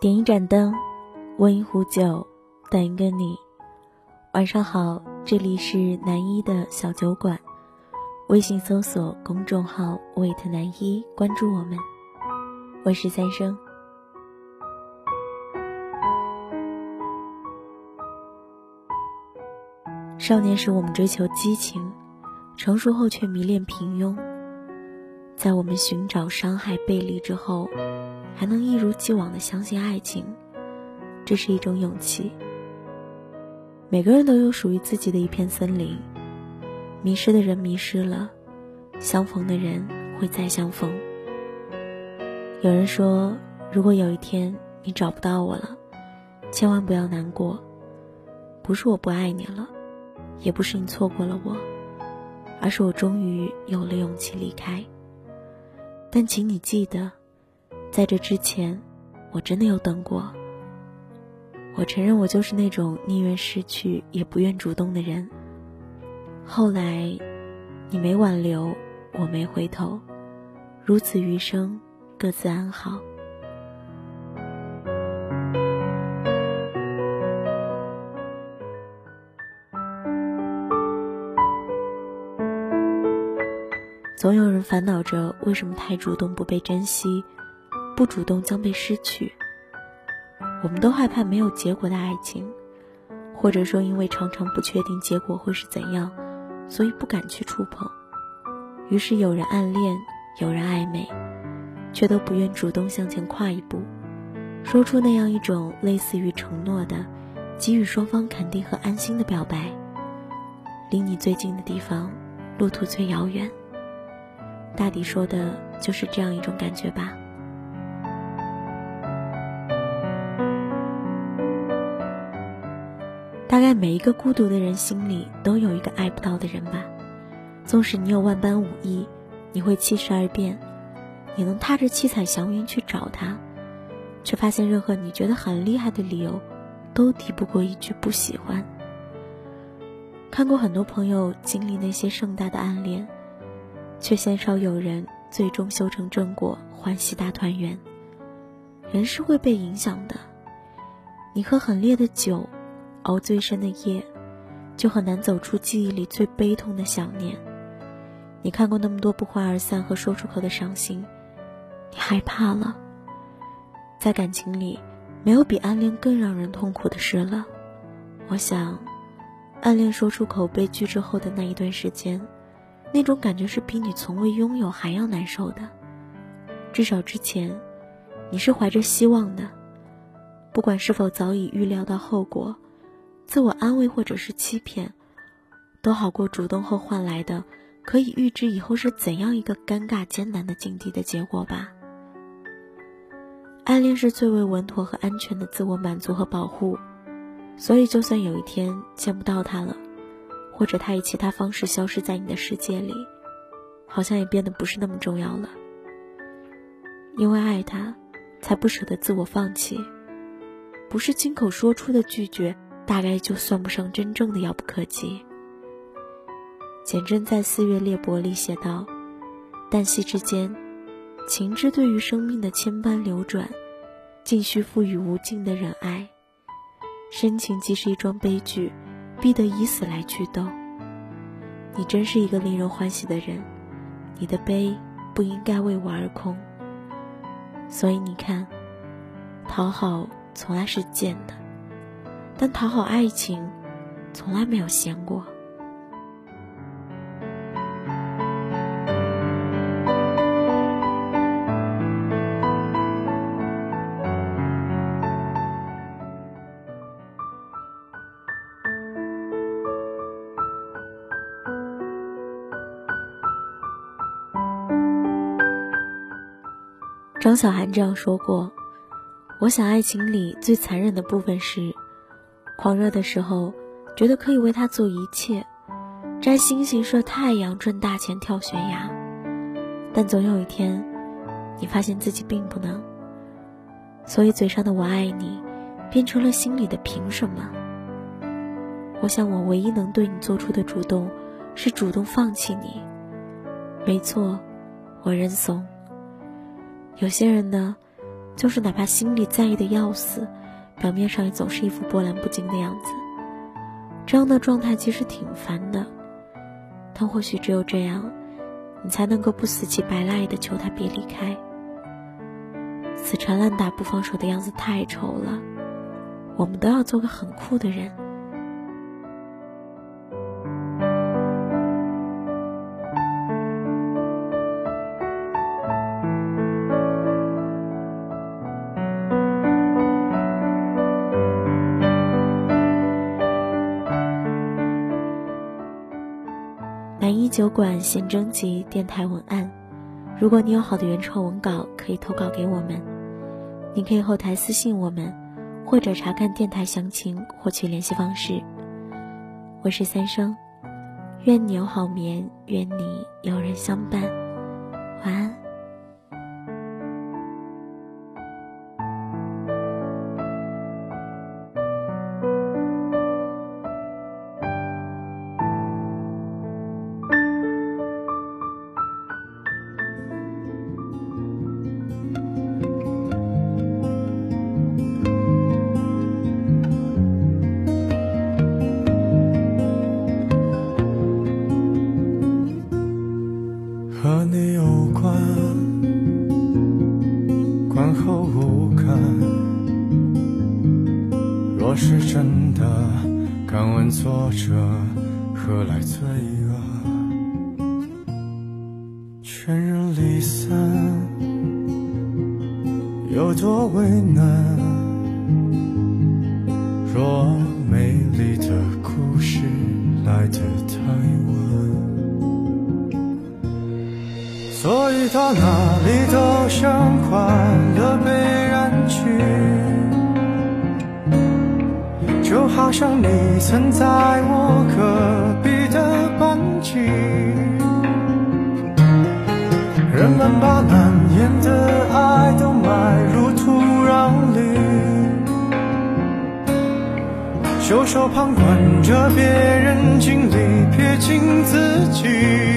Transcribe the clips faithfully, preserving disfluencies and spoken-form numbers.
点一盏灯，温一壶酒，等一个你。晚上好，这里是南一的小酒馆，微信搜索公众号 wait 南一，关注我们。我是三生。少年时我们追求激情，成熟后却迷恋平庸。在我们寻找伤害背离之后，还能一如既往地相信爱情，这是一种勇气。每个人都有属于自己的一片森林，迷失的人迷失了，相逢的人会再相逢。有人说，如果有一天你找不到我了，千万不要难过，不是我不爱你了，也不是你错过了我，而是我终于有了勇气离开。但请你记得，在这之前，我真的有等过。我承认我就是那种宁愿失去也不愿主动的人。后来，你没挽留，我没回头，如此余生，各自安好。总有人烦恼着为什么太主动不被珍惜，不主动将被失去。我们都害怕没有结果的爱情，或者说因为常常不确定结果会是怎样，所以不敢去触碰。于是有人暗恋，有人暧昧，却都不愿主动向前跨一步，说出那样一种类似于承诺的，给予双方肯定和安心的表白。离你最近的地方，路途最遥远。大抵说的就是这样一种感觉吧。大概每一个孤独的人心里都有一个爱不到的人吧。纵使你有万般武艺，你会七十二变，你能踏着七彩祥云去找他，却发现任何你觉得很厉害的理由都抵不过一句不喜欢。看过很多朋友经历那些盛大的暗恋，却鲜少有人最终修成正果，欢喜大团圆。人是会被影响的，你喝很烈的酒，熬最深的夜，就很难走出记忆里最悲痛的想念。你看过那么多不欢而散和说出口的伤心，你害怕了。在感情里，没有比暗恋更让人痛苦的事了。我想，暗恋说出口被拒之后的那一段时间，那种感觉是比你从未拥有还要难受的。至少之前，你是怀着希望的，不管是否早已预料到后果，自我安慰或者是欺骗，都好过主动后换来的可以预知以后是怎样一个尴尬艰难的境地的结果吧。暗恋是最为稳妥和安全的自我满足和保护，所以就算有一天见不到他了，或者他以其他方式消失在你的世界里，好像也变得不是那么重要了。因为爱他，才不舍得自我放弃，不是亲口说出的拒绝，大概就算不上真正的遥不可及。简真在《四月裂帛》里写道，旦夕之间，情之对于生命的千般流转，竟需赋予无尽的忍爱。深情即是一桩悲剧，必得以死来祛斗。你真是一个令人欢喜的人，你的悲不应该为我而空。所以你看，讨好从来是贱的，但讨好爱情从来没有闲过。张小涵这样说过，我想爱情里最残忍的部分是，狂热的时候觉得可以为他做一切，摘星星射太阳赚大钱跳悬崖，但总有一天你发现自己并不能，所以嘴上的我爱你变成了心里的凭什么。我想我唯一能对你做出的主动是主动放弃你。没错，我认怂。有些人呢， 就是哪怕心里在意的要死，表面上也总是一副波澜不惊的样子。这样的状态其实挺烦的，但或许只有这样，你才能够不死乞白赖地求他别离开。死缠烂打不放手的样子太丑了，我们都要做个很酷的人。南一酒馆现征集电台文案，如果你有好的原创文稿，可以投稿给我们。你可以后台私信我们，或者查看电台详情获取联系方式。我是三生，愿你有好眠，愿你有人相伴，晚安。 和你有关，观后无感。若是真的，敢问作者何来罪恶？全人离散，有多为难？若美丽的故事来得太晚，所以到哪里都像快乐被染去，就好像你曾在我隔壁的班级。人们把难言的爱都埋入土壤里，袖手旁观着别人经历，撇清自己。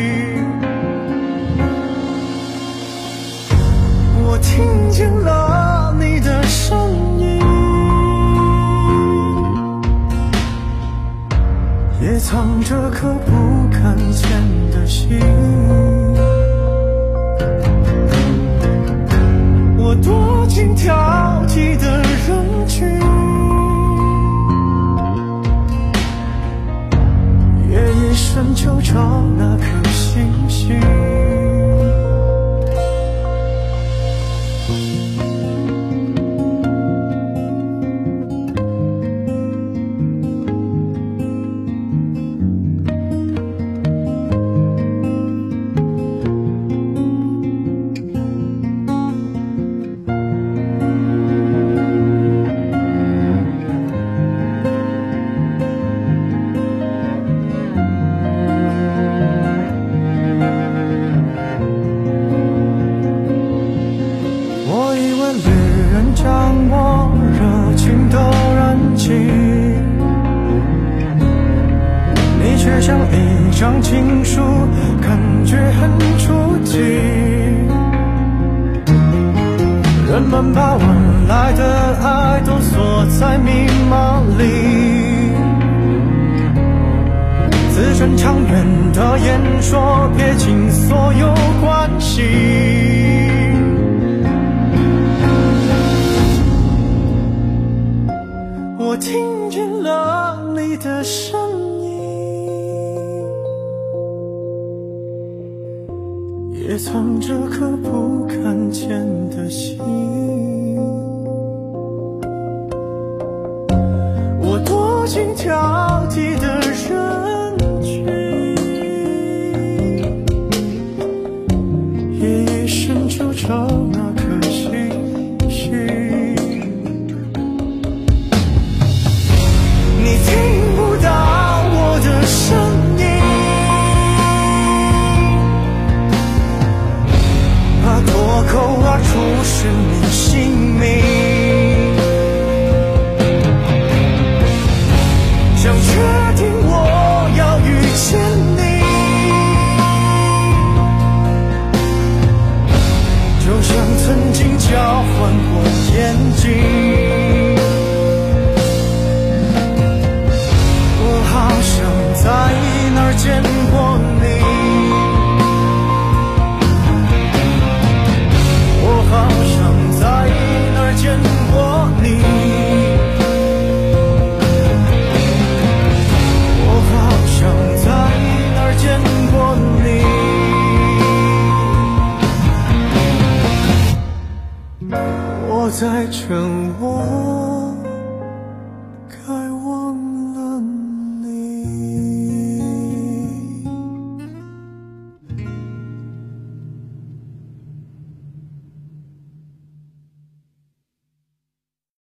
我听见了你的声音，也藏着颗不敢见的心。我躲进挑剔的人群，夜一深就找那颗星星。将我热情都燃尽，你却像一张情书，感觉很出奇。人们把晚来的爱都锁在密码里，自尊长远的演说，撇清所有关系。我听见了你的声音，也藏着颗不敢见的心。我躲进挑剔的人群，夜一深就找那颗星星。你听不到我的声音，怕脱口而出是你姓名，想确定我要遇见你，就像曾经交换过眼睛。